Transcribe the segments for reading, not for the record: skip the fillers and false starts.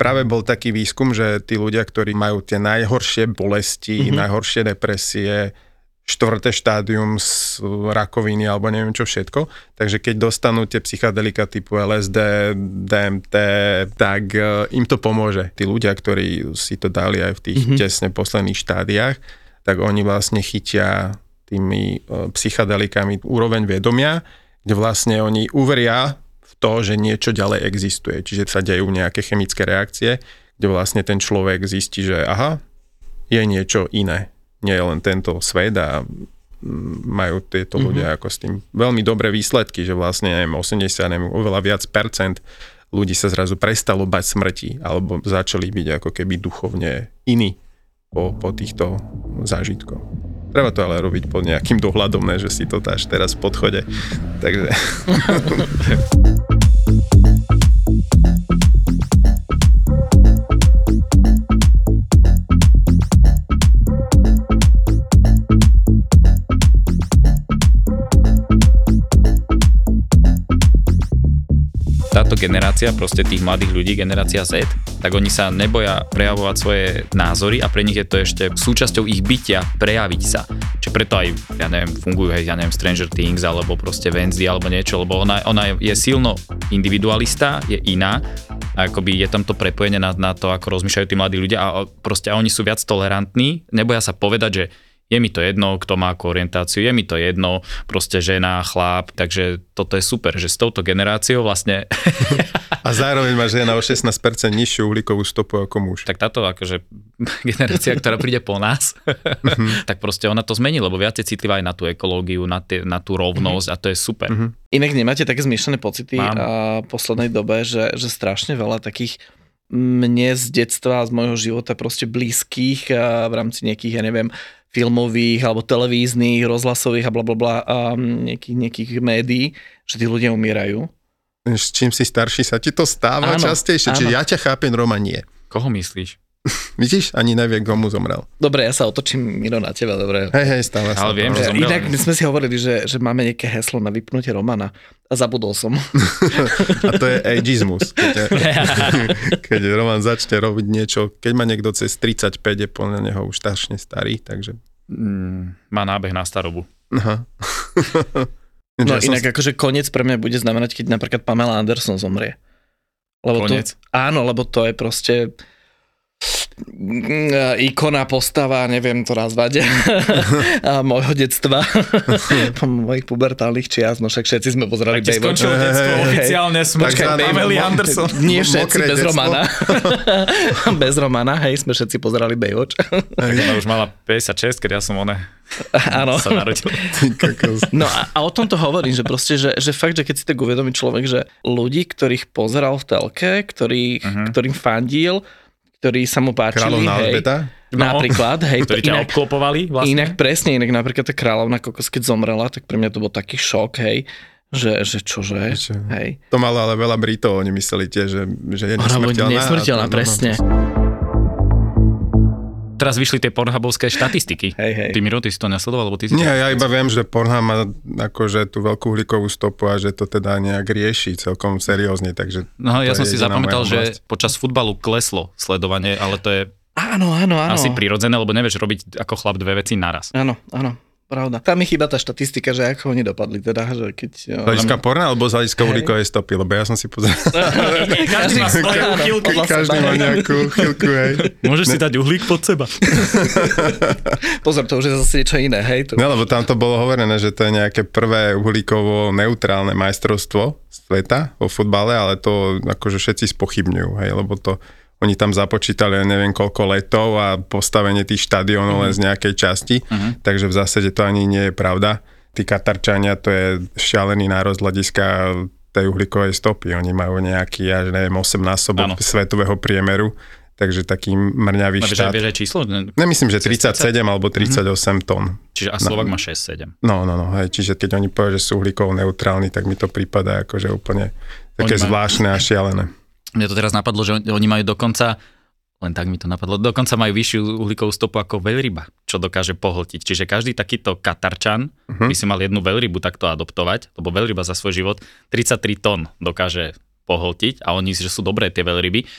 práve bol taký výskum, že tí ľudia, ktorí majú tie najhoršie bolesti, najhoršie depresie, 4. štádium z rakoviny alebo neviem čo všetko. Takže keď dostanú tie psychedelika typu LSD, DMT, tak im to pomôže. Tí ľudia, ktorí si to dali aj v tých tesne posledných štádiách, tak oni vlastne chytia tými psychedelikami úroveň vedomia, kde vlastne oni uveria v to, že niečo ďalej existuje. Čiže sa dejú nejaké chemické reakcie, kde vlastne ten človek zistí, že aha, je niečo iné. Nie je len tento svet a majú tieto ľudia ako s tým veľmi dobré výsledky, že vlastne 80, oveľa viac percent ľudí sa zrazu prestalo bať smrti alebo začali byť ako keby duchovne iní po týchto zážitkoch. Treba to ale robiť pod nejakým dohľadom, ne, že si to dáš teraz v podchode. Takže... Táto generácia, proste tých mladých ľudí, generácia Z, tak oni sa neboja prejavovať svoje názory a pre nich je to ešte súčasťou ich bytia prejaviť sa. Čiže preto aj, ja neviem, fungujú Stranger Things alebo proste Wednesday alebo niečo, lebo ona je silno individualista, je iná a akoby je tam to prepojenie na to, ako rozmýšľajú tí mladí ľudia a proste oni sú viac tolerantní, neboja sa povedať, že je mi to jedno, kto má akú orientáciu, je mi to jedno, proste žena, chlap, takže toto je super, že s touto generáciou vlastne... A zároveň má žena o 16% nižšiu uhlíkovú stopu ako muž. Tak táto akože generácia, ktorá príde po nás, tak proste ona to zmení, lebo viacej citlivá aj na tú ekológiu, na tú rovnosť a to je super. Inak nemáte také zmiešané pocity v poslednej dobe, že strašne veľa takých mne z detstva, z môjho života proste blízkych v rámci nejakých, ja neviem, filmových alebo televíznych, rozhlasových a blablabla nejakých médií, že tí ľudia umierajú. S čím si starší, sa ti to stáva častejšie, čiže ja ťa chápem, Roman, nie. Koho myslíš? Vidíš? Ani neviem, komu zomrel. Dobre, ja sa otočím, Miro, na teba, dobre. Hej, stále sa. Ale viem, že zomrel. Inak my sme si hovorili, že máme nejaké heslo na vypnutie Romana a zabudol som. A to je ageizmus. Keď Roman začne robiť niečo, keď má niekto cez 35, je podľa neho už strašne starý, takže... Má nábeh na starobu. Aha. No inak akože koniec pre mňa bude znamenať, keď napríklad Pamela Anderson zomrie. Lebo koniec? Áno, lebo to je proste... ikona, postava, neviem to nazvať, môjho detstva, mojich pubertálnych čias, no však všetci sme pozerali Baywatch. Tak ti skončilo detstvo oficiálne smrťou Pamely Anderson. Nie všetci, bez Romana. Bez Romana, hej, sme všetci pozerali Baywatch. Ona už mala 56, keď ja som áno. sa narodil. No a o tom to hovorím, že proste, že fakt, že keď si tak uvedomí človek, že ľudí, ktorých pozeral v telke, ktorým fandil, ktorí sa mu páčili, hej, napríklad, hej. Ktorí ťa obklopovali vlastne. Inak presne, napríklad tá kráľovna kokos, keď zomrela, tak pre mňa to bol taký šok, hej, že čože, hej. To malo ale veľa Britov, oni mysleli tiež, že je nesmrteľná. Nesmrteľná, presne. Teraz vyšli tie pornhubovské štatistiky. Hej. Ty, Miro, ty si to nesledoval? Lebo ty si Nie, ja iba viem, že Pornhub má akože tú veľkú uhlíkovú stopu a že to teda nejak rieši celkom seriózne, takže... No, ja som si zapamätal, že počas futbalu kleslo sledovanie, ale to je áno. asi prirodzené, lebo nevieš robiť ako chlap dve veci naraz. Áno. Pravda. Tam mi chýba tá štatistika, že ako oni dopadli teda, že keď... Z hľadiska porna alebo z hľadiska uhlíkovej stopy, lebo ja som si pozeral. Každý má svoje uchylky. Každý má nejakú uchylku, hej. Môžeš si dať uhlík pod seba. Pozor, to už je zase niečo iné, hej. No, lebo tam to bolo hovorené, že to je nejaké prvé uhlíkovo neutrálne majstrovstvo sveta vo futbale, ale to akože všetci spochybňujú, hej, lebo to oni tam započítali neviem koľko letov a postavenie tých štadiónov len z nejakej časti, takže v zásade to ani nie je pravda. Tí Katarčania, to je šialený národ z hľadiska tej uhlíkovej stopy. Oni majú nejaký, až neviem, 8-násobok svetového priemeru, takže taký mrňavý štát. Vieš aj číslo? Nemyslím, že 37 alebo 38 tón. Čiže a Slovak má 6-7. No, hej, čiže keď oni povedia, že sú uhlíkovo neutrálni, tak mi to prípada akože úplne také zvláštne a šialené. Mne to teraz napadlo, že oni majú dokonca, len tak mi to napadlo, dokonca majú vyššiu uhlíkovú stopu ako veľryba, čo dokáže pohltiť. Čiže každý takýto Katarčan by si mal jednu veľrybu takto adoptovať, lebo veľryba za svoj život 33 tón dokáže pohltiť a oni, že sú dobré tie veľryby,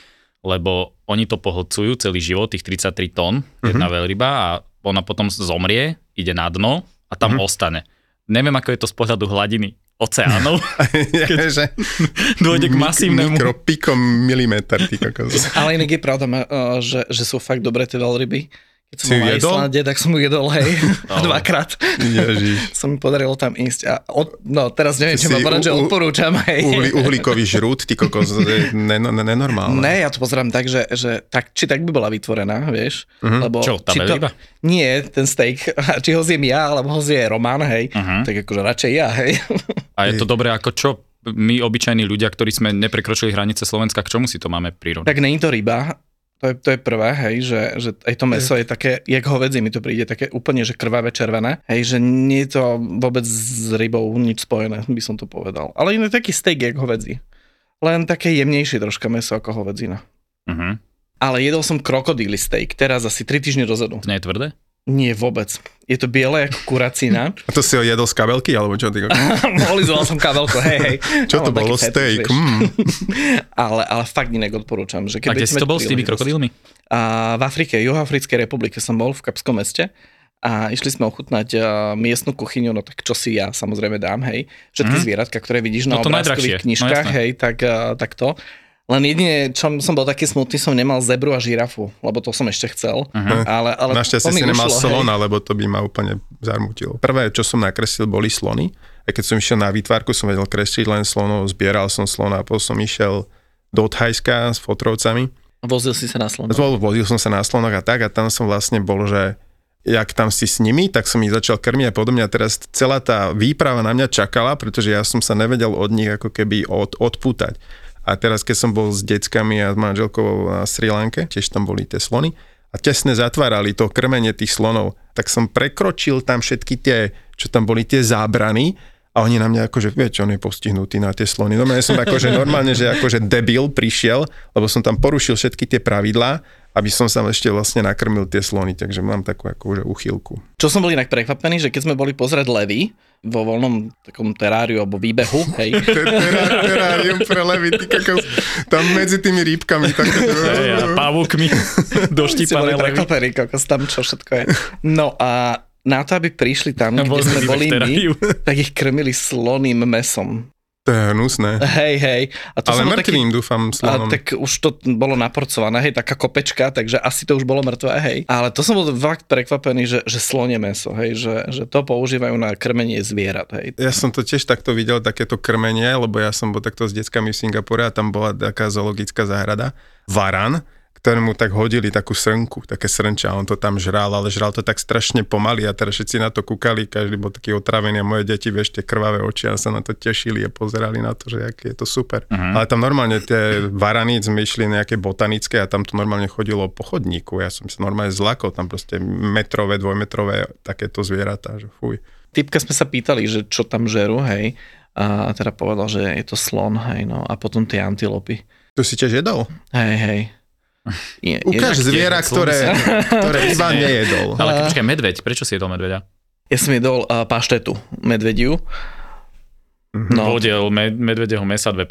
lebo oni to pohlcujú celý život, tých 33 tón, jedna veľryba a ona potom zomrie, ide na dno a tam ostane. Neviem, ako je to z pohľadu hladiny oceánov, keď dôjde k masívnemu... Mikropikom milimeter, ty kokos. Ale inak je pravda, že sú fakt dobré tie veľryby. Keď som bol na Islande, tak som ju jedol, hej, dvakrát. Ježiš. Som mi podarilo tam ísť a teraz neviem, či ma povedať, že odporúčam, hej. Uhlíkový žrút, ty kokos, nenormálne. Ne, ja to pozerám tak, že či tak by bola vytvorená, vieš. Lebo, čo, tá veľryba? Nie, ten steak, či ho zjem ja, alebo ho zje Roman, hej, tak akože radšej ja, hej. A je to dobré ako čo? My, obyčajní ľudia, ktorí sme neprekročili hranice Slovenska, k čomu si to máme prirovnať? Tak nie je to ryba. To je prvé, hej, že aj to mäso je také, jak hovädzie mi to príde, také úplne, že krvavé červené, hej, že nie je to vôbec s rybou nič spojené, by som to povedal. Ale je taký steak, jak hovädzí. Len také jemnejšie troška mäso ako hovädzina. Ale jedol som krokodíly steak, teraz asi 3 týždne dozadu. To nie je tvrdé? Nie, vôbec. Je to biele ako kuracina. A to si ho jedol z kabelky, alebo čo? Olizoval som kabelku, hej. Čo to bolo? Steak? Ale fakt inak odporúčam. Že a kde si to bol s tými krokodílmi? V Afrike, Juhoafrickej republike som bol v Kapskom meste a išli sme ochutnať miestnu kuchyňu, no tak čo si ja samozrejme dám, hej. Všetky zvieratka, ktoré vidíš na obrázkových knižkách, hej, tak to. Len jedine, čo som bol taký smutný, som nemal zebru a žirafu, lebo to som ešte chcel. Ale našťastie si nemal slona, lebo to by ma úplne zarmútilo. Prvé, čo som nakreslil, boli slony. A keď som išiel na výtvarku, som vedel kresliť len slonov, zbieral som slona a potom som išiel do Thajska s fotrovcami. Vozil si sa na slonoch? Vozil som sa na slonoch a tak a tam som vlastne bol, že jak tam si s nimi, tak som ich začal krmiť a podobne a teraz celá tá výprava na mňa čakala, pretože ja som sa nevedel od nich ako keby odpútať. A teraz, keď som bol s deckami a s manželkou na Sri Lanke, tiež tam boli tie slony a tesne zatvárali to krmenie tých slonov, tak som prekročil tam všetky tie, čo tam boli tie zábrany a oni na mňa akože, vieš, on je postihnutý na tie slony. No ja som akože normálne, že akože debil prišiel, lebo som tam porušil všetky tie pravidlá, aby som sa ešte vlastne nakrmil tie slony, takže mám takú akože uchýlku. Čo som bol inak prekvapený, že keď sme boli pozrieť levy vo voľnom takom teráriu alebo výbehu, hej. Terárium pre levy, ty kakos, tam medzi tými rýbkami. A pavúkmi doštípané levy. Prekvapený, kakos, tam čo všetko je. No a na to, aby prišli tam, kde sme boli my, tak ich krmili sloným mäsom. To je hnusné. Hej. A to ale mŕtvým dúfam slonom. Tak už to bolo naporcované, hej, taká kopečka, takže asi to už bolo mŕtvé, hej. Ale to som bol fakt prekvapený, že slonie mäso, hej, že to používajú na krmenie zvierat, hej. Ja som to tiež takto videl, takéto krmenie, lebo ja som bol takto s deckami v Singapúre a tam bola taká zoologická záhrada. Varan, ktorému tak hodili takú srnku, také srnča, on to tam žral, ale žral to tak strašne pomaly a teraz všetci na to kúkali, každý bol taký otravený a moje deti, vieš, tie krvavé oči a sa na to tešili a pozerali na to, že aké je to super. Ale tam normálne tie varany sme išli nejaké botanické a tam to normálne chodilo po chodníku, ja som sa normálne zlakol, tam proste metrové, dvojmetrové takéto zvieratá, že fuj. Typka sme sa pýtali, že čo tam žerú, hej, a teda povedal, že je to slon, hej, no a potom tie antilopy. Tu si tiež jedol? Hej. Ukáž zviera, ktoré Ivan nejedol. Ale počkaj, medveď, prečo si jedol medveďa? Ja som jedol paštetu medvediu. No. Podiel medvedieho mesa 2%.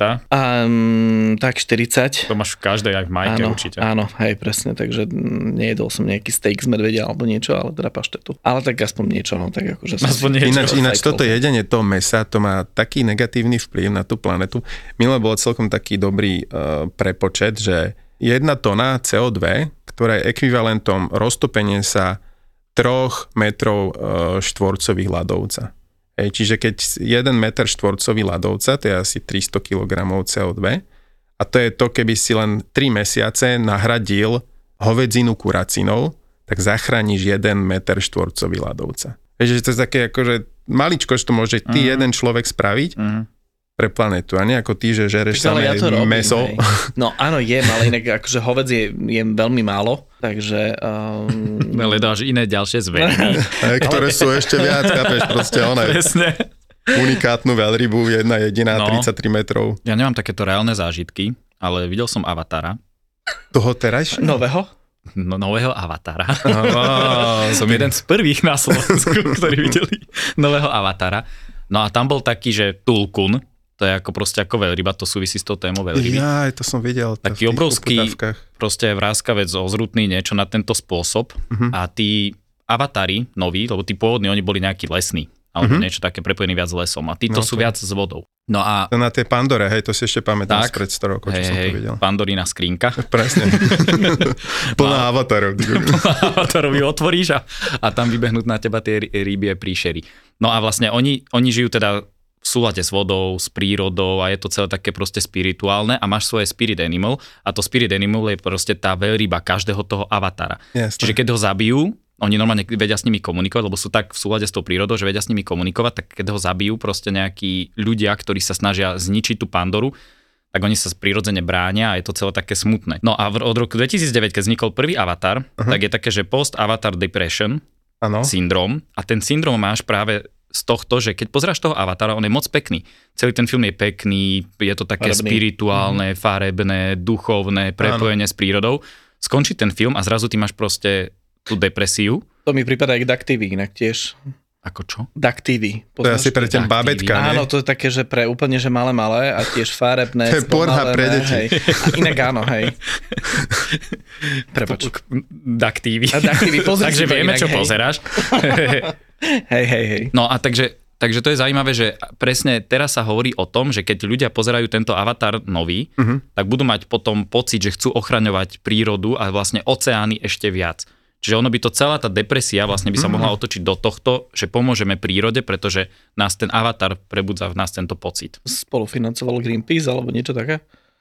Tak 40. To máš v každej, aj v majke určite. Áno, hej, presne, takže nejedol som nejaký steak z medvedia alebo niečo, ale teda paštetu. Ale tak aspoň niečo, no tak akože... Ináč toto jedenie toho mesa, to má taký negatívny vplyv na tú planetu. Minule bol celkom taký dobrý prepočet, že 1 tona CO2, ktorá je ekvivalentom roztopenia sa 3 metrov štvorcových ľadovca. Čiže keď 1 meter štvorcový ľadovca, to je asi 300 kg CO2 a to je to, keby si len 3 mesiace nahradil hovedzinu kuracinou, tak zachrániš 1 meter štvorcový ľadovca. Že to je také akože maličko, že to môže ty jeden človek spraviť pre planetu, a nie ako ty, že žereš samé mäso. No áno, jem, ale inak akože hovädzie jem veľmi málo, takže... Ale dáš iné ďalšie zveriny. Ktoré sú ešte viac, chápeš, proste one. Presne. Unikátnu veľrybu, jedna jediná, 33 metrov. Ja nemám takéto reálne zážitky, ale videl som Avatara. Toho terajšieho? Nového? No, nového Avatara. Som jeden z prvých na Slovensku, ktorí videli nového Avatara. No a tam bol taký, že Tulkun, To je ako proste ako veľryba, to súvisí s tou témou veľryby. Ja, to som videl. Taký obrovský, proste vrázkavec ozrutný, niečo na tento spôsob. A tí avatári noví, lebo tí pôvodní, oni boli nejakí lesní, alebo niečo také prepojený viac s lesom. A títo sú viac s vodou. No a... To na tej Pandore, hej, to si ešte pamätám spred 100 rokov, čo som to videl. Pandorína skrinka. Presne. Plná avatarov. Plná avatarov ju otvoríš a tam vybehnú na teba tie rybie príšery. No a vlastne oni žijú teda v súlade s vodou, s prírodou a je to celé také proste spirituálne a máš svoje spirit animal a to spirit animal je proste tá veľryba každého toho avatára. Jasne. Čiže keď ho zabijú, oni normálne vedia s nimi komunikovať, lebo sú tak v súlade s tou prírodou, že vedia s nimi komunikovať, tak keď ho zabijú proste nejakí ľudia, ktorí sa snažia zničiť tú Pandoru, tak oni sa prirodzene bránia a je to celé také smutné. No a od roku 2009, keď vznikol prvý Avatar, tak je také, že post-Avatar depression syndrom a ten syndrom máš práve z tohto, že keď pozráš toho Avatara, on je moc pekný. Celý ten film je pekný, je to také spirituálne, farebné, duchovné, prepojenie s prírodou. Skončí ten film a zrazu ty máš proste tú depresiu. To mi prípada aj k Duck TV inak tiež. Ako čo? Duck TV. To je asi pre ten bábetka, nie? Áno, to je také, že pre úplne, že malé a tiež farebné. To je porha pre deti. Inak áno, hej. Prepač. Duck TV. Duck TV, pozri takže vieme, čo pozeráš. Hej. No a takže to je zaujímavé, že presne teraz sa hovorí o tom, že keď ľudia pozerajú tento Avatar nový, tak budú mať potom pocit, že chcú ochraňovať prírodu a vlastne oceány ešte viac. Čiže ono by to celá tá depresia vlastne by sa mohla otočiť do tohto, že pomôžeme prírode, pretože nás ten Avatar prebudza v nás tento pocit. Spolufinancoval Greenpeace alebo niečo také?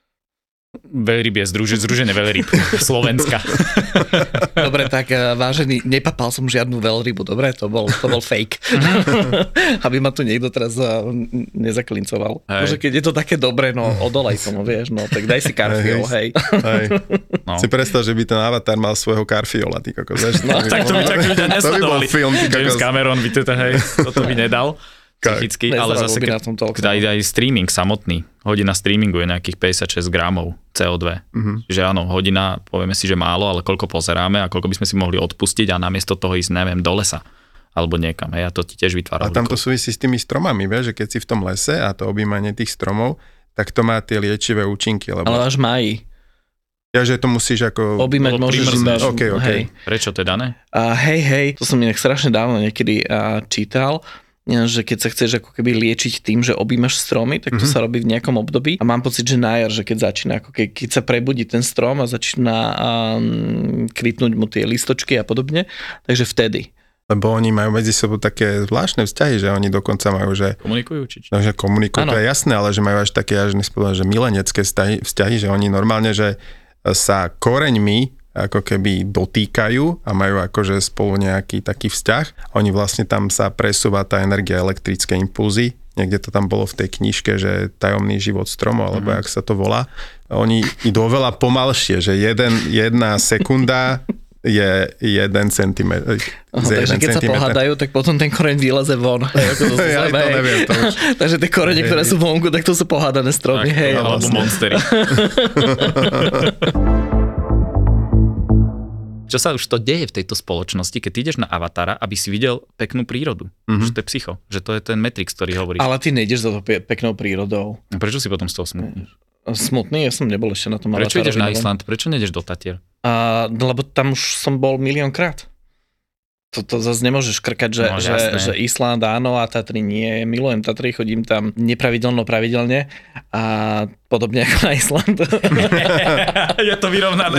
Veľryb je združenie veľryb Slovenska. Dobre, tak vážený, nepapal som žiadnu veľrybu, dobre, to bol fake. Aby ma tu niekto teraz nezaklincoval. Bože, keď je to také dobré, no odolaj tomu, vieš, no tak daj si karfiol, hej. No. Si predstav, že by ten Avatar mal svojho karfiola, ty kokos, vieš. No, tak to by tak ľudia nesledovali. James Cameron by toto by nedal. Psychicky, ale zase aj streaming samotný. Hodina streamingu je nejakých 56 gramov CO2. Čiže áno, hodina, povieme si, že málo, ale koľko pozeráme a koľko by sme si mohli odpustiť a namiesto toho ísť, neviem, do lesa alebo niekam. Hej, a to ti tiež vytvára. A tam to súvisí s tými stromami, vieš, že keď si v tom lese a to objímanie tých stromov, tak to má tie liečivé účinky. Lebo... Ale až máji. Ja, že to musíš ako... Objímať môžeš. Okay. Prečo to je dané? Hej, to som inak strašne dávno niekedy čítal, že keď sa chceš ako keby liečiť tým, že objímaš stromy, tak to sa robí v nejakom období a mám pocit, že na jar, že keď začína, ako keď sa prebudí ten strom a začína kvitnúť mu tie listočky a podobne, takže vtedy. Lebo oni majú medzi sebou také zvláštne vzťahy, že oni dokonca majú, že... Komunikujú, či čo? No, že komunikujú, to je jasné, ale že majú až také, až nespodobné, že milenecké vzťahy, že oni normálne, že sa koreňmi ako keby dotýkajú a majú akože spolu nejaký taký vzťah. Oni vlastne tam sa presúva tá energia, elektrické impulzy. Niekde to tam bolo v tej knižke, že tajomný život stromov, alebo jak sa to volá. Oni idú oveľa pomalšie, že jedna sekunda je 1 centimetr. Takže keď sa pohádajú, tak potom ten koreň vyleze von. Ja to neviem. To už. Takže tie korene, ktoré sú vonku, tak to sú pohádané stromy. Tak, hej, alebo vlastne. monstery. Čo sa už to deje v tejto spoločnosti, keď ideš na Avatara, aby si videl peknú prírodu. Že to je psycho, že to je ten Matrix, ktorý hovoríš. Ale ty nejdeš za to peknou prírodou. A prečo si potom z toho smutný? Smutný? Ja som nebol ešte na tom Avatarovi. Prečo ideš na Island? Prečo nejdeš do Tatier? Lebo tam už som bol miliónkrát. To zase nemôžeš krkať, že Island áno a Tatry nie. Milujem Tatry, chodím tam pravidelne a podobne ako na Island. Je to vyrovnané.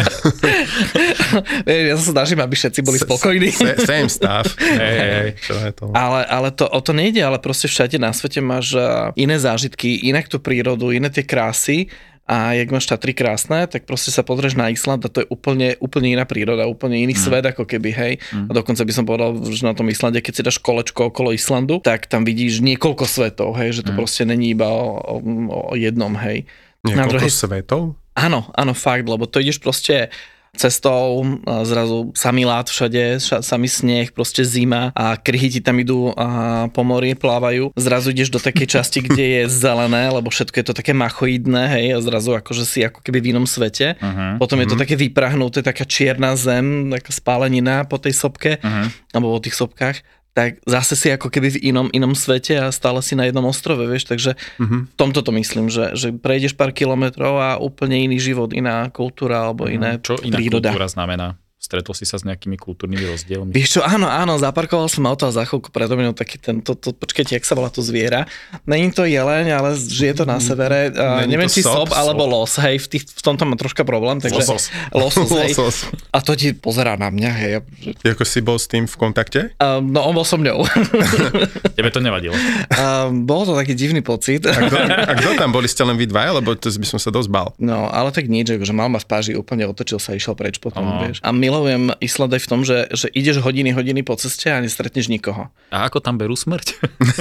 Ja sa snažím, aby všetci boli spokojní. Same stuff. Hey. Čo je to? Ale o to nejde, ale proste všade na svete máš iné zážitky, inak tú prírodu, iné tie krásy. A jak máš Tatry krásne, tak proste sa pozrieš na Island a to je úplne iná príroda, úplne iný svet ako keby, hej. A dokonca by som povedal, že na tom Islande, keď si dáš kolečko okolo Islandu, tak tam vidíš niekoľko svetov, hej, že to proste není iba o jednom, hej. Niekoľko svetov? Áno, fakt, lebo to ideš proste cestou, zrazu samý lát všade, samý sneh, proste zima a kryhy ti tam idú po mori, plávajú. Zrazu ideš do takej časti, kde je zelené, lebo všetko je to také machoidné, hej, a zrazu akože si ako keby v inom svete. Potom je to také vyprahnuté, taká čierna zem, taká spálenina po tej sopke, alebo po tých sopkách. tak zase si ako keby v inom svete a stále si na jednom ostrove, vieš, takže v tomto to myslím, že prejdeš pár kilometrov a úplne iný život, iná kultúra alebo iné Čo iná príroda. kultúra znamená? Stretol si sa s nejakými kultúrnymi rozdielmi? Vieš čo, áno, zaparkoval som auto a za chvíľku predo mnou taký počkajte, jak sa volá to zviera. Není to jeleň, ale žije to na severe. Neviem, či sob alebo los, hej, v tomto mám troška problém. Takže losos, hej. A to ti pozerá na mňa, hej. Ako si bol s tým v kontakte? No, on bol so mňou. Tebe to nevadilo? Bol to taký divný pocit. A kto tam boli, ste len vy dvaja, lebo to by som sa dosť bál. No, ale tak nič, že mal ma v páži, úplne otočil sa, išiel preč potom, vieš. A milujem Island aj v tom, že ideš hodiny po ceste a nestretneš nikoho. A ako tam berú smrť?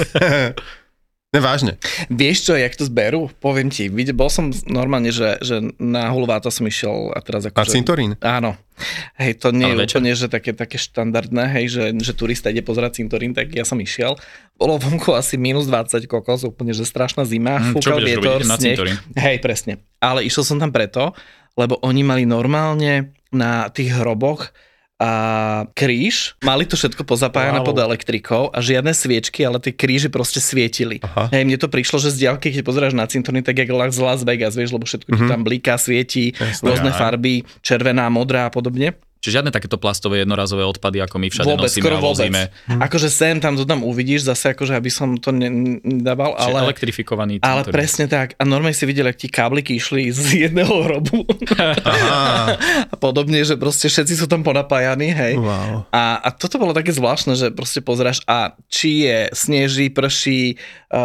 Nevážne. Vieš čo, jak to zberú? Poviem ti, bol som normálne, že na Huluváta som išiel a teraz ako... A cintorín? Áno. Hej, to nie ale je úplne, že také štandardné, hej, že turista ide pozerať cintorín, tak ja som išiel. Bolo vonku asi minus 20 kokos, úplne, že strašná zima, fúkal vietor, sneh. Hej, presne. Ale išiel som tam preto, lebo oni mali normálne na tých hroboch a kríž, mali to všetko pozapájané pod elektrikou a žiadne sviečky, ale tie kríže proste svietili. Hej, mne to prišlo, že z diaľky, keď pozeráš na cintorín, tak jak Las Vegas, vieš, lebo všetko ti tam bliká, svietí, rôzne farby, červená, modrá a podobne. Čiže žiadne takéto plastové jednorazové odpady, ako my všade nosíme a vozíme. Akože sem tam to tam uvidíš, zase akože aby som to nedával, ale... Čiže elektrifikovaný cintorín. Ale presne tak. A normálne si videl, ak ti kábliky išli z jedného hrobu. A podobne, že proste všetci sú tam ponapájaní, hej. Wow. A toto bolo také zvláštne, že proste pozeráš a či je sneží, prší,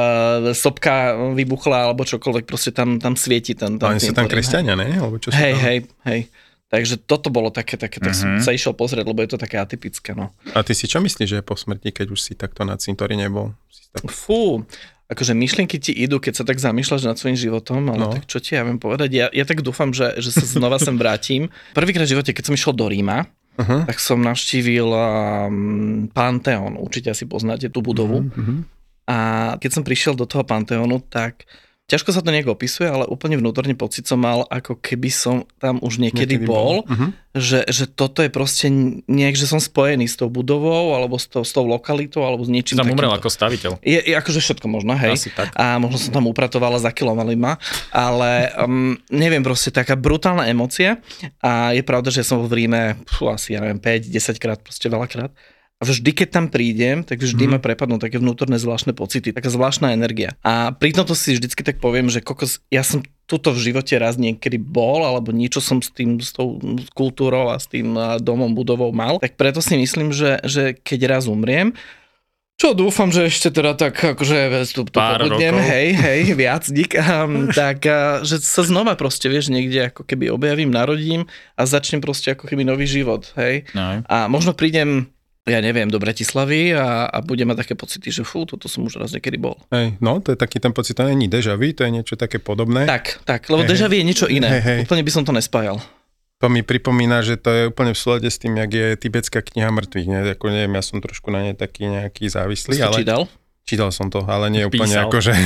sopka vybuchla, alebo čokoľvek, proste tam svieti ten oni sú tam kresťania, ne? Alebo čo hej. Takže toto bolo také, tak som sa išiel pozrieť, lebo je to také atypické, no. A ty si čo myslíš, že je po smrti, keď už si takto na cintoríne bol? Fú, akože myšlienky ti idú, keď sa tak zamýšľaš nad svojím životom, ale tak čo ti ja viem povedať? Ja tak dúfam, že sa znova sem vrátim. Prvýkrát v živote, keď som išiel do Ríma, tak som navštívil Pantheon, určite asi poznáte tú budovu. A keď som prišiel do toho Pantheonu, tak... Ťažko sa to nejak opisuje, ale úplne vnútorne pocit som mal, ako keby som tam už niekedy bol. Že toto je proste nejak, že som spojený s tou budovou, alebo s tou lokalitou, alebo s niečím takým. Tam umrel takýmto. ako staviteľ. Je akože všetko možno, hej. Asi tak. A možno som tam upratovala, zakilovali ma, ale neviem, proste taká brutálna emócia. A je pravda, že som bol v Ríme asi, ja neviem, 5-10 krát, proste veľakrát. A vždy, keď tam prídem, tak vždy ma prepadnú také vnútorné zvláštne pocity, taká zvláštna energia. A pri tomto si vždycky tak poviem, že kokos, ja som tuto v živote raz niekedy bol, alebo niečo som s tou kultúrou a s tým domom, budovou mal, tak preto si myslím, že keď raz umriem, čo dúfam, že ešte teda tak akože tu pobudnem, hej, viac, dík, tak že sa znova proste, vieš, niekde ako keby objavím, narodím a začnem proste ako keby nový život, hej. No. A možno prídem, ja neviem, do Bratislavy a budem mať také pocity, že toto som už raz niekedy bol. Hej, no, to je taký ten pocit, to nie je déjà vu, to je niečo také podobné. Tak, lebo déjà vu je niečo iné, úplne by som to nespájal. To mi pripomína, že to je úplne v súlade s tým, jak je tibetská kniha mŕtvych, ne? Ako neviem, ja som trošku na nej taký nejaký závislý, ale... Čítal? Čítal som to, ale nie úplne ako, že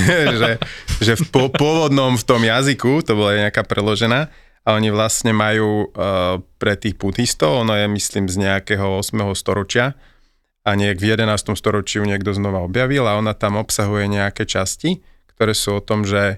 v pôvodnom v tom jazyku, to bola nejaká preložená, a oni vlastne majú pre tých buddhistov, ono je myslím z nejakého 8. storočia a nejak v 11. storočí ju niekto znova objavil a ona tam obsahuje nejaké časti, ktoré sú o tom, že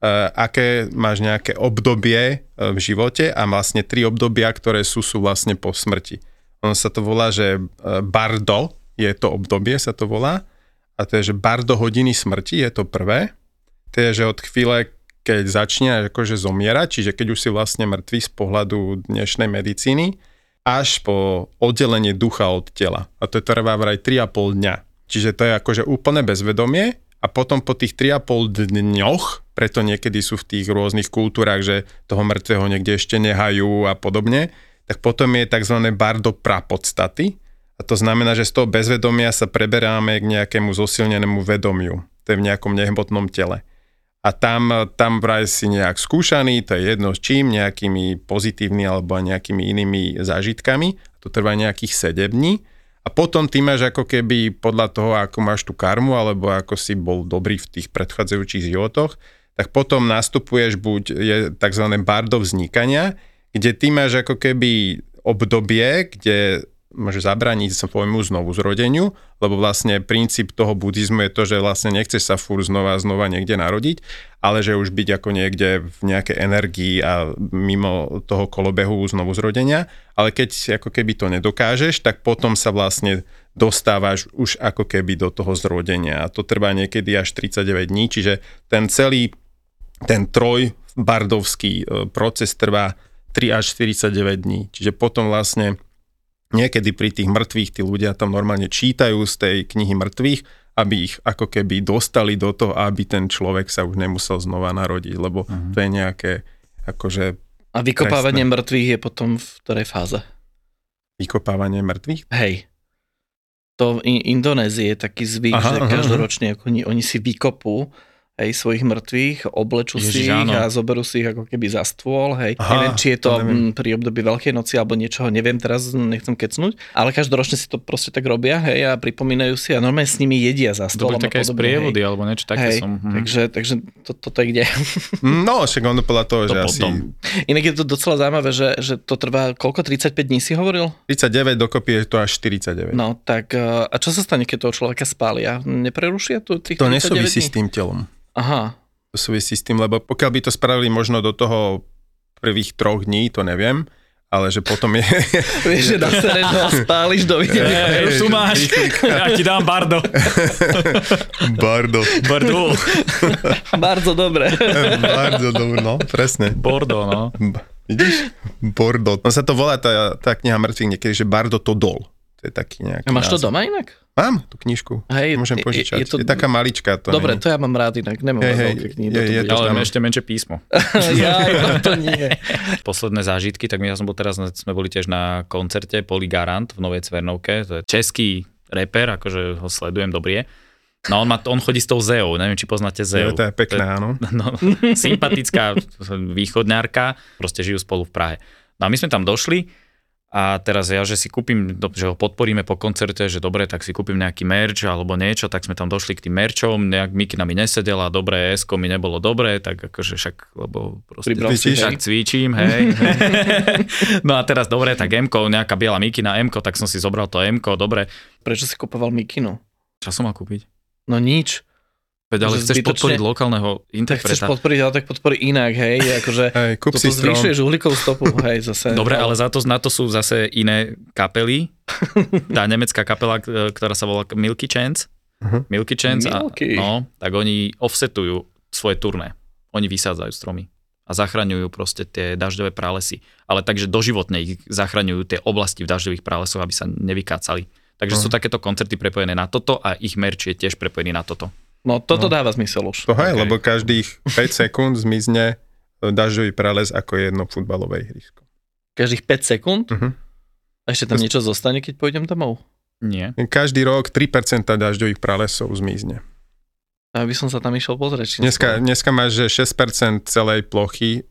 aké máš nejaké obdobie v živote a vlastne 3 obdobia, ktoré sú vlastne po smrti. Ono sa to volá, že bardo, je to obdobie, sa to volá, a to je, že bardo hodiny smrti, je to prvé, to je, že od chvíle, keď začne akože zomierať, čiže keď už si vlastne mŕtvý z pohľadu dnešnej medicíny, až po oddelenie ducha od tela. A to trvá vraj 3,5 dňa. Čiže to je akože úplne bezvedomie a potom po tých 3,5 dňoch, preto niekedy sú v tých rôznych kultúrach, že toho mŕtvého niekde ešte nehajú a podobne, tak potom je tzv. Bardo prapodstaty. A to znamená, že z toho bezvedomia sa preberáme k nejakému zosilnenému vedomiu. To je v nejakom nehmotnom tele. A tam vraj si nejak skúšaný, to je jedno s čím, nejakými pozitívnymi alebo nejakými inými zážitkami. To trvá nejakých 7 dní. A potom ty máš ako keby podľa toho, ako máš tú karmu, alebo ako si bol dobrý v tých predchádzajúcich životoch, tak potom nastupuješ buď je tzv. Bardo vznikania, kde ty máš ako keby obdobie, kde môže zabrániť svojmu znovu zrodeniu, lebo vlastne princíp toho buddhizmu je to, že vlastne nechceš sa furt znova niekde narodiť, ale že už byť ako niekde v nejakej energii a mimo toho kolobehu znovu zrodenia, ale keď ako keby to nedokážeš, tak potom sa vlastne dostávaš už ako keby do toho zrodenia a to trvá niekedy až 39 dní, čiže ten trojbardovský proces trvá 3 až 49 dní, čiže potom vlastne niekedy pri tých mŕtvych tí ľudia tam normálne čítajú z tej knihy mŕtvych, aby ich ako keby dostali do toho, aby ten človek sa už nemusel znova narodiť, lebo to je nejaké akože... A vykopávanie mŕtvych je potom v ktorej fáze? Vykopávanie mŕtvych? Hej. To v Indonézii je taký zvyk, že každoročne oni si vykopú svojich mŕtvych, oblečú si ich a zoberú si ich ako keby za stôl, hej. Neviem, či je to pri období Veľkej noci alebo niečoho, neviem, teraz nechcem kecnúť, ale každoročne si to proste tak robia, hej, a pripomínajú si a normálne s nimi jedia za stôlom. To boli také sprievody, alebo niečo také som. Takže toto je kde? No, však ono podľa toho, že asi... Inak je to docela zaujímavé, že to trvá, koľko, 35 dní si hovoril? 39, dokopy je to až 49. No, tak a čo sa stane, keď toho človeka spália? Neprerušia to tých 39 dní? To nesúvisí s tým telom. Aha. To súvisí s tým, lebo pokiaľ by to spravili možno do toho prvých 3 dní, to neviem, ale že potom je... Vieš, že na serežno spáliš, dovidenia. Už tu máš, ja ti dám bardo. Bardo. Bardzo dobre. Bardzo dobre, no, presne. Bordo, no. Vidíš? Bordo. No sa to volá tá kniha mŕtvych niekedy, že Bardo to dol. To je taký nejaký... A máš to doma inak? Mám tú knižku. Hej, môžem požičať. Je taká maličká. Dobre, to ja mám rád inak. Nemám veľké knihy. Ale ešte menšie písmo. To nie. Posledné zážitky, tak sme boli tiež na koncerte Poli Garant v Novej Cvernovke. To je český reper, akože ho sledujem dobrie. No on chodí s tou Zeou, neviem, či poznáte Zeu. To je pekné, áno. No, sympatická východňárka, proste žijú spolu v Prahe. No a my sme tam došli a teraz ja, že si kúpim, že ho podporíme po koncerte, že dobre, tak si kúpim nejaký merch alebo niečo, tak sme tam došli k tým merčom, nejak mikina mi nesedela, dobre, S-ko mi nebolo dobre, tak akože však, lebo proste však cvičím, hej. No a teraz dobre, tak M-ko, nejaká biela mikina M-ko, tak som si zobral to M-ko, dobre. Prečo si kupoval mikinu? Čo som mal kúpiť? No nič. Veď, ale chceš podporiť lokálneho interpreta. Chceš podporiť, ale tak podpori inak, hej, akože kúp si strom. Zvyšuješ uhlíkovú stopu, hej, zase. Dobre, ale na to sú zase iné kapely. Tá nemecká kapela, ktorá sa volá Milky Chance. Milky Chance. Tak oni offsetujú svoje turné. Oni vysádzajú stromy a zachraňujú proste tie dažďové pralesy. Ale takže doživotne ich zachraňujú tie oblasti v dažďových pralesoch, aby sa nevykácali. Takže sú takéto koncerty prepojené na toto a ich merch je tiež prepojený na toto. No toto dáva zmysel už. To hej, lebo každých 5 sekúnd zmizne dažďový prales ako jedno futbalové ihrisko. Každých 5 sekúnd? A ešte tam niečo zostane, keď pôjdem domov? Nie. Každý rok 3% dažďových pralesov zmizne. Aby som sa tam išiel pozrieť. Dneska máš, že 6% celej plochy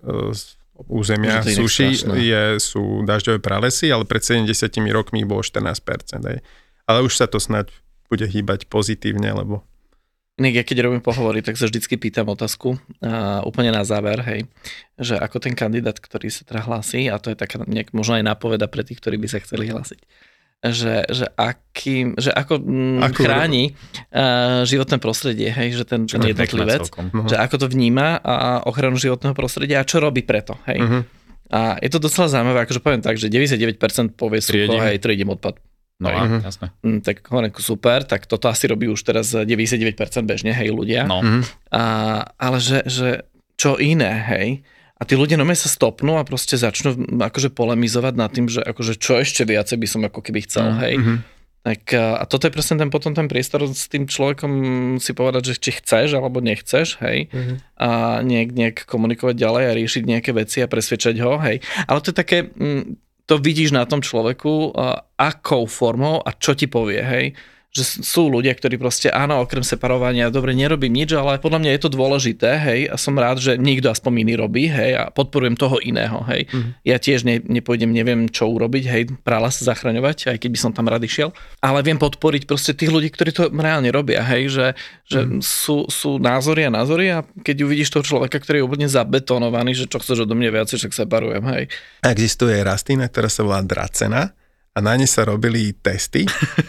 územia suši sú dažďové pralesy, ale pred 70 rokmi bolo 14%. Hej. Ale už sa to snáď bude hýbať pozitívne, lebo ja keď robím pohovory, tak sa vždycky pýtam otázku úplne na záver, hej, že ako ten kandidát, ktorý sa teda hlási, a to je taká možno aj nápoveda pre tých, ktorí by sa chceli hlásiť, že ako chráni životné prostredie, hej, že ten jednotlivec, že ako to vníma a ochranu životného prostredia a čo robí preto, hej. A je to docela zaujímavé, akože poviem tak, že 99% povie sucho, hej, triedím odpad. No a jasné. Tak hovorím, super, tak toto asi robí už teraz 99% bežne, hej, ľudia. No. Ale že čo iné, hej. A tí ľudia sa stopnú a proste začnú akože polemizovať nad tým, že akože čo ešte viacej by som ako keby chcel, hej. Tak a toto je presne potom ten priestor s tým človekom si povedať, že či chceš alebo nechceš, hej. A nejak komunikovať ďalej a riešiť nejaké veci a presvedčať ho, hej. Ale to je také... to vidíš na tom človeku, akou formou a čo ti povie, hej. Že sú ľudia, ktorí proste, áno, okrem separovania, dobre, nerobím nič, ale podľa mňa je to dôležité, hej, a som rád, že niekto aspoň iný robí, hej, a podporujem toho iného, hej. Ja tiež nepôjdem, neviem, čo urobiť, hej, prales zachraňovať, aj keď by som tam rád išiel, ale viem podporiť proste tých ľudí, ktorí to reálne robia, hej, že sú názory a keď uvidíš toho človeka, ktorý je úplne zabetonovaný, že čo chceš odo mňa viacej, však separujem, hej. Existuje rastlina, ktorá sa volá dracena a na ne sa robili testy,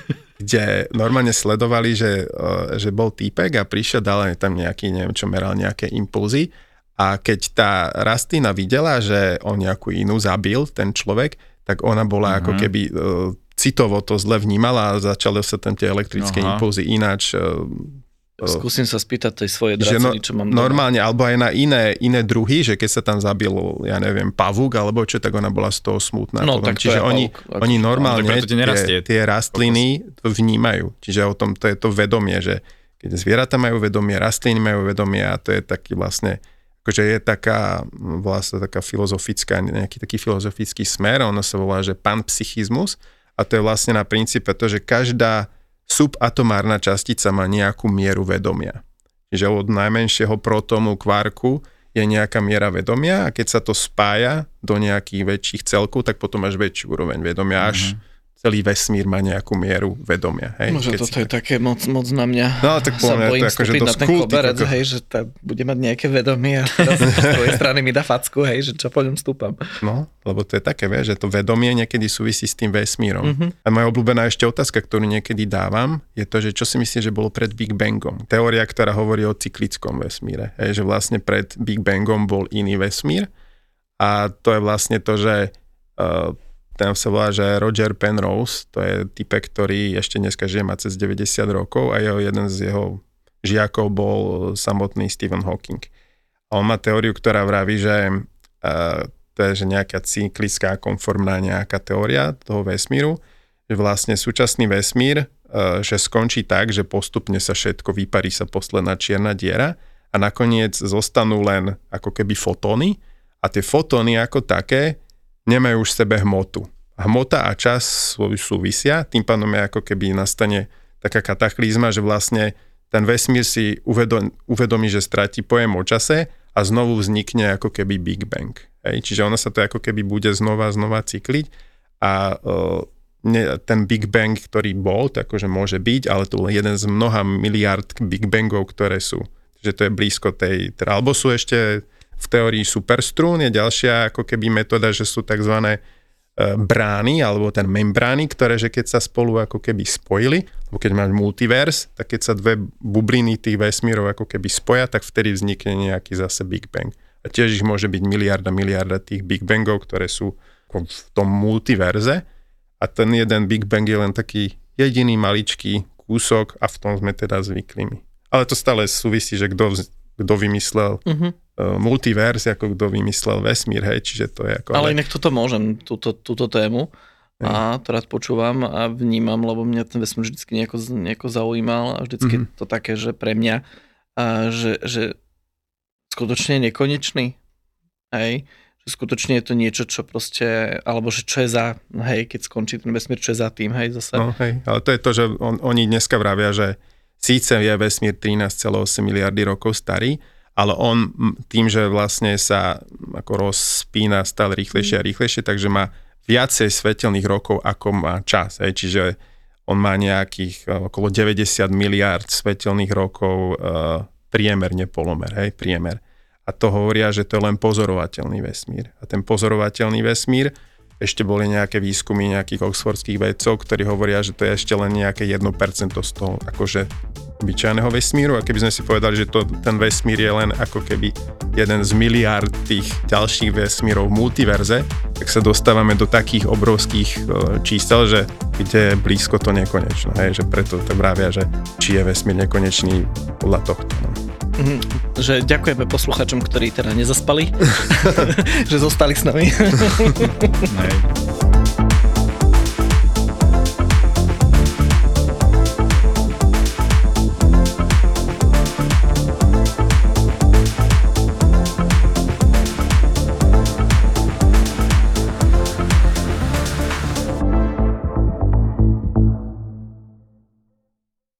kde normálne sledovali, že bol týpek a prišiel, dal tam nejaký, neviem čo, meral nejaké impulzy a keď tá rastlina videla, že on nejakú inú zabil, ten človek, tak ona bola ako keby citovo to zle vnímala a začali sa tam tie elektrické impulzy ináč. Skúsim sa spýtať tej svojej draceny, čo mám doma. Normálne, alebo aj na iné druhy, že keď sa tam zabil, ja neviem, pavúk alebo čo, tak ona bola z toho smutná. No, tak čiže oni normálne tie rastliny to vnímajú. Čiže o tom to je to vedomie, že keď zvieratá majú vedomie, rastliny majú vedomie a to je taký vlastne, akože je taká vlastne taká filozofická, nejaký taký filozofický smer, ono sa volá, že panpsychizmus a to je vlastne na princípe to, že každá subatomárna častica má nejakú mieru vedomia. Čiže od najmenšieho protómu, kvarku je nejaká miera vedomia a keď sa to spája do nejakých väčších celkov, tak potom máš väčšiu úroveň vedomia, až celý vesmír má nejakú mieru vedomia. Hej? Možno toto je také moc na mňa. No, tak sa bojím vstúpiť na ten koberec, hej, že bude mať nejaké vedomie a teraz z tvojej strany mi dá facku, hej, že čo po ňom stúpam. No, lebo to je také, vieš, že to vedomie niekedy súvisí s tým vesmírom. A moja obľúbená ešte otázka, ktorú niekedy dávam, je to, že čo si myslíš, že bolo pred Big Bangom? Teória, ktorá hovorí o cyklickom vesmíre. Hej, že vlastne pred Big Bangom bol iný vesmír a to je vlastne to, že ten sa volá, že Roger Penrose, to je typek, ktorý ešte dneska žije, má cez 90 rokov a jeden z jeho žiakov bol samotný Stephen Hawking. A on má teóriu, ktorá vraví, že to je že nejaká cyklická konformná nejaká teória toho vesmíru, že vlastne súčasný vesmír, že skončí tak, že postupne sa všetko vyparí sa posledná čierna diera a nakoniec zostanú len ako keby fotóny a tie fotóny ako také nemajú už v sebe hmotu. Hmota a čas súvisia, tým pádom je ako keby nastane taká kataklizma, že vlastne ten vesmír si uvedomí, že stratí pojem o čase a znovu vznikne ako keby Big Bang. Hej? Čiže ono sa to ako keby bude znova cykliť a ten Big Bang, ktorý bol, to akože môže byť, ale to je jeden z mnoha miliard Big Bangov, ktoré sú. Čiže to je blízko tej, alebo sú ešte v teórii superstrún, je ďalšia ako keby metóda, že sú takzvané brány, alebo ten membrány, ktoré, že keď sa spolu ako keby spojili, lebo keď máš multivers, tak keď sa dve bubliny tých vesmírov ako keby spoja, tak vtedy vznikne nejaký zase Big Bang. A tiež ich môže byť miliarda tých Big Bangov, ktoré sú v tom multiverze a ten jeden Big Bang je len taký jediný maličký kúsok a v tom sme teda zvyklými. Ale to stále súvisí, že kto vymyslel multivers, ako kto vymyslel vesmír, hej, čiže to je ako... Ale inak toto môžem, túto tému a to rád počúvam a vnímam, lebo mňa ten vesmír vždycky nejako zaujímal a vždycky to také, že pre mňa, že skutočne je nekonečný, hej, že skutočne je to niečo, čo proste, alebo že čo je za, hej, keď skončí ten vesmír, čo je za tým, hej, zase. No hej, ale to je to, že oni dneska vravia, že síce je vesmír 13,8 miliardy rokov starý, ale on tým, že vlastne sa ako rozpína stále rýchlejšie a rýchlejšie, takže má viacej svetelných rokov, ako má čas. Hej. Čiže on má nejakých okolo 90 miliárd svetelných rokov priemerne polomer, hej, priemer. A to hovoria, že to je len pozorovateľný vesmír. A ten pozorovateľný vesmír, ešte boli nejaké výskumy nejakých oxfordských vedcov, ktorí hovoria, že to je ešte len nejaké 1% z toho akože obyčajného vesmíru a keby sme si povedali, že ten vesmír je len ako keby jeden z miliárd tých ďalších vesmírov v multiverze, tak sa dostávame do takých obrovských čísel, že kde je blízko to nekonečno. Hej? Že preto to vravia, že či je vesmír nekonečný podľa tohto. No. Že ďakujeme posluchačom, ktorí teda nezaspali, že zostali s nami.